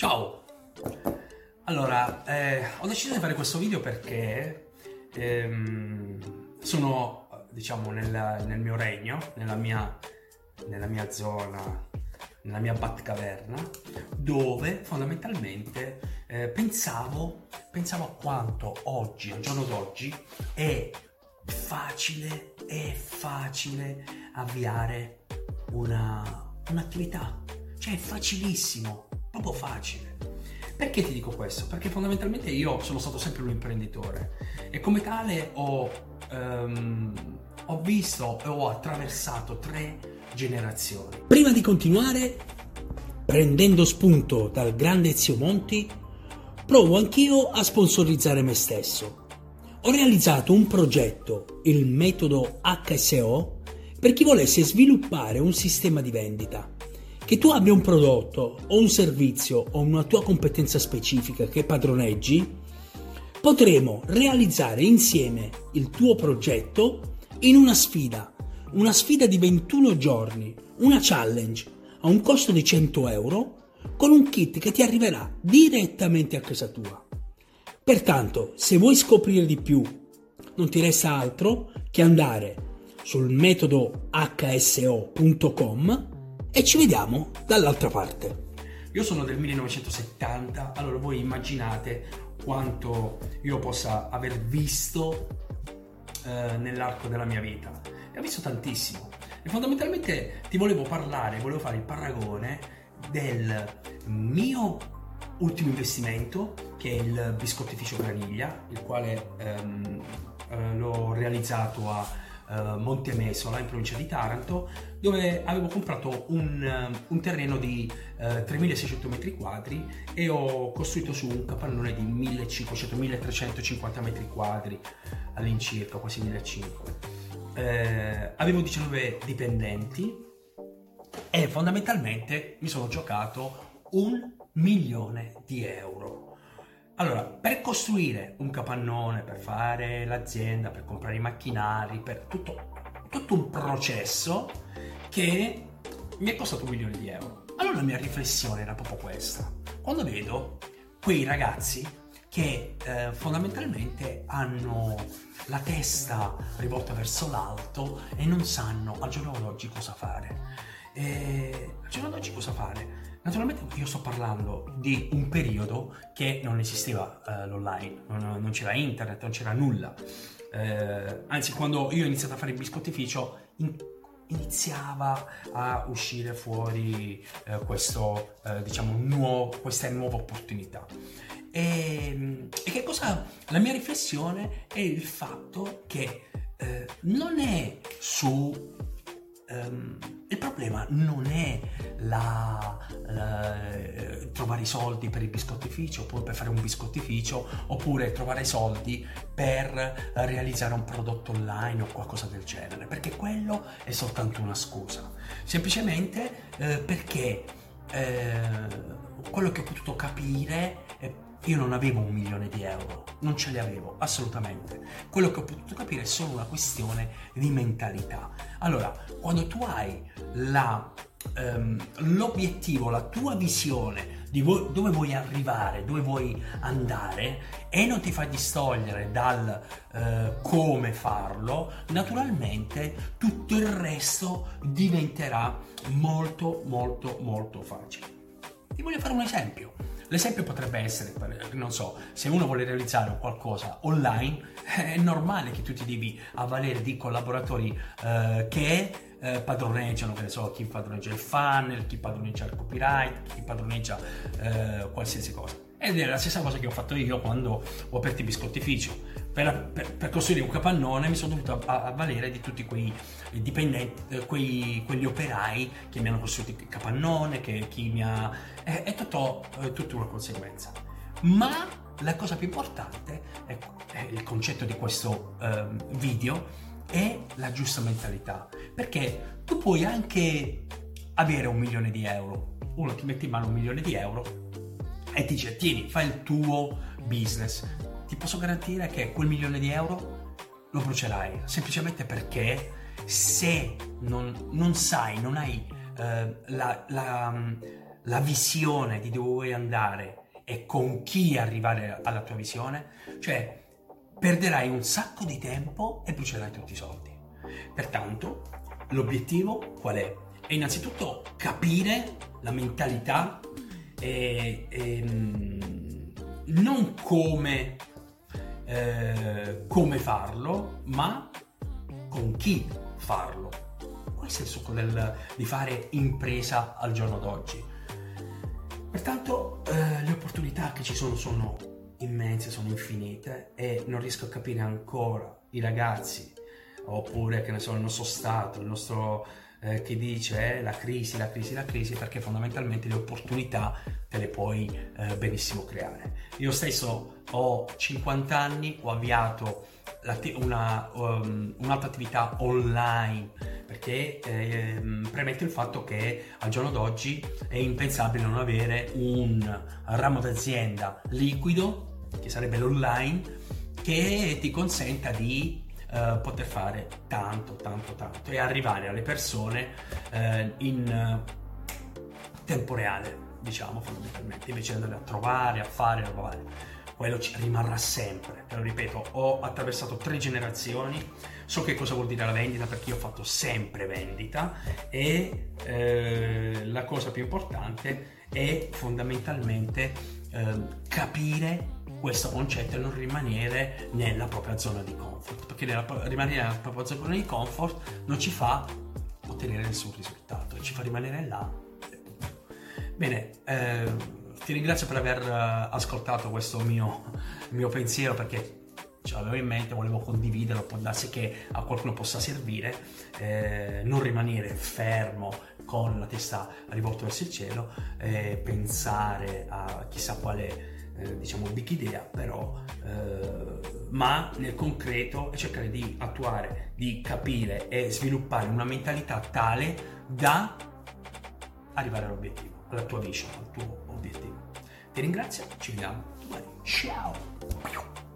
Ciao! Allora, ho deciso di fare questo video perché sono, diciamo, nel mio regno, nella mia zona, nella mia Batcaverna, dove fondamentalmente pensavo a quanto oggi, al giorno d'oggi, è facile avviare un'attività. Cioè è facilissimo, proprio facile. Perché ti dico questo? Perché fondamentalmente io sono stato sempre un imprenditore e come tale ho visto e ho attraversato 3 generazioni. Prima di continuare, prendendo spunto dal grande Ezio Monti, provo anch'io a sponsorizzare me stesso. Ho realizzato un progetto, il metodo HSO, per chi volesse sviluppare un sistema di vendita. Che tu abbia un prodotto o un servizio o una tua competenza specifica che padroneggi, potremo realizzare insieme il tuo progetto in una sfida di 21 giorni, una challenge a un costo di 100 euro con un kit che ti arriverà direttamente a casa tua. Pertanto, se vuoi scoprire di più, non ti resta altro che andare sul metodo hso.com e ci vediamo dall'altra parte. Io sono del 1970, allora voi immaginate quanto io possa aver visto nell'arco della mia vita. E ho visto tantissimo. E fondamentalmente volevo fare il paragone del mio ultimo investimento, che è il biscottificio Graniglia, il quale l'ho realizzato a Montemesola, in provincia di Taranto, dove avevo comprato un terreno di 3600 metri quadri e ho costruito su un capannone di 1500-1350 metri quadri all'incirca, quasi 1500. Avevo 19 dipendenti e fondamentalmente mi sono giocato 1 milione di euro. Allora, per costruire un capannone, per fare l'azienda, per comprare i macchinari, per tutto un processo che mi è costato 1 milione di euro. Allora la mia riflessione era proprio questa. Quando vedo quei ragazzi che fondamentalmente hanno la testa rivolta verso l'alto e non sanno al giorno d'oggi cosa fare. Naturalmente io sto parlando di un periodo che non esisteva l'online, non c'era internet, non c'era nulla. Anzi, quando io ho iniziato a fare il biscottificio iniziava a uscire fuori questa nuova opportunità. E che cosa? La mia riflessione è il fatto che non è il problema non è trovare i soldi per il biscottificio oppure per fare un biscottificio oppure trovare i soldi per realizzare un prodotto online o qualcosa del genere, perché quello è soltanto una scusa, semplicemente perché quello che ho potuto capire è io non avevo 1 milione di euro, non ce li avevo assolutamente. Quello che ho potuto capire è solo una questione di mentalità. Allora, quando tu hai l'obiettivo, la tua visione di dove vuoi arrivare, dove vuoi andare e non ti fai distogliere dal come farlo, naturalmente tutto il resto diventerà molto molto molto facile. Ti voglio fare un esempio. L'esempio potrebbe essere, non so, se uno vuole realizzare un qualcosa online, è normale che tu ti devi avvalere di collaboratori che padroneggiano, che ne so, chi padroneggia il funnel, chi padroneggia il copyright, chi padroneggia qualsiasi cosa. Ed è la stessa cosa che ho fatto io quando ho aperto il biscottificio. Per costruire un capannone mi sono dovuto avvalere di tutti quei dipendenti, quegli operai che mi hanno costruito il capannone, che chi mi ha... È tutta una conseguenza. Ma la cosa più importante, è il concetto di questo video, è la giusta mentalità. Perché tu puoi anche avere 1 milione di euro, uno ti mette in mano 1 milione di euro e ti dice tieni, fai il tuo business. Ti posso garantire che quel 1 milione di euro lo brucerai, semplicemente perché se non sai, non hai la visione di dove vuoi andare e con chi arrivare alla tua visione, cioè perderai un sacco di tempo e brucerai tutti i soldi. Pertanto, l'obiettivo qual è? È innanzitutto capire la mentalità e non come farlo, ma con chi farlo. Questo è il succo di fare impresa al giorno d'oggi. Pertanto le opportunità che ci sono immense, sono infinite, e non riesco a capire ancora i ragazzi, oppure che ne so, il nostro Stato, il nostro che dice la crisi, perché fondamentalmente le opportunità te le puoi benissimo creare. Io stesso ho 50 anni, ho avviato un'altra attività online, perché premetto il fatto che al giorno d'oggi è impensabile non avere un ramo d'azienda liquido, che sarebbe l'online, che ti consenta di poter fare tanto e arrivare alle persone in tempo reale, diciamo, fondamentalmente, invece di andare a trovare, a fare, quello ci rimarrà sempre. Te lo ripeto, ho attraversato 3 generazioni, so che cosa vuol dire la vendita, perché io ho fatto sempre vendita, e la cosa più importante è fondamentalmente capire questo concetto e non rimanere nella propria zona di comfort, perché rimanere nella propria zona di comfort non ci fa ottenere nessun risultato, ci fa rimanere là. Bene, ti ringrazio per aver ascoltato questo mio pensiero, perché ce l'avevo in mente, volevo condividerlo, può darsi che a qualcuno possa servire, non rimanere fermo con la testa rivolta verso il cielo, pensare a chissà quale big idea, però ma nel concreto cercare di attuare, di capire e sviluppare una mentalità tale da arrivare all'obiettivo, alla tua vision, al tuo obiettivo. Ti ringrazio, ci vediamo domani. Ciao!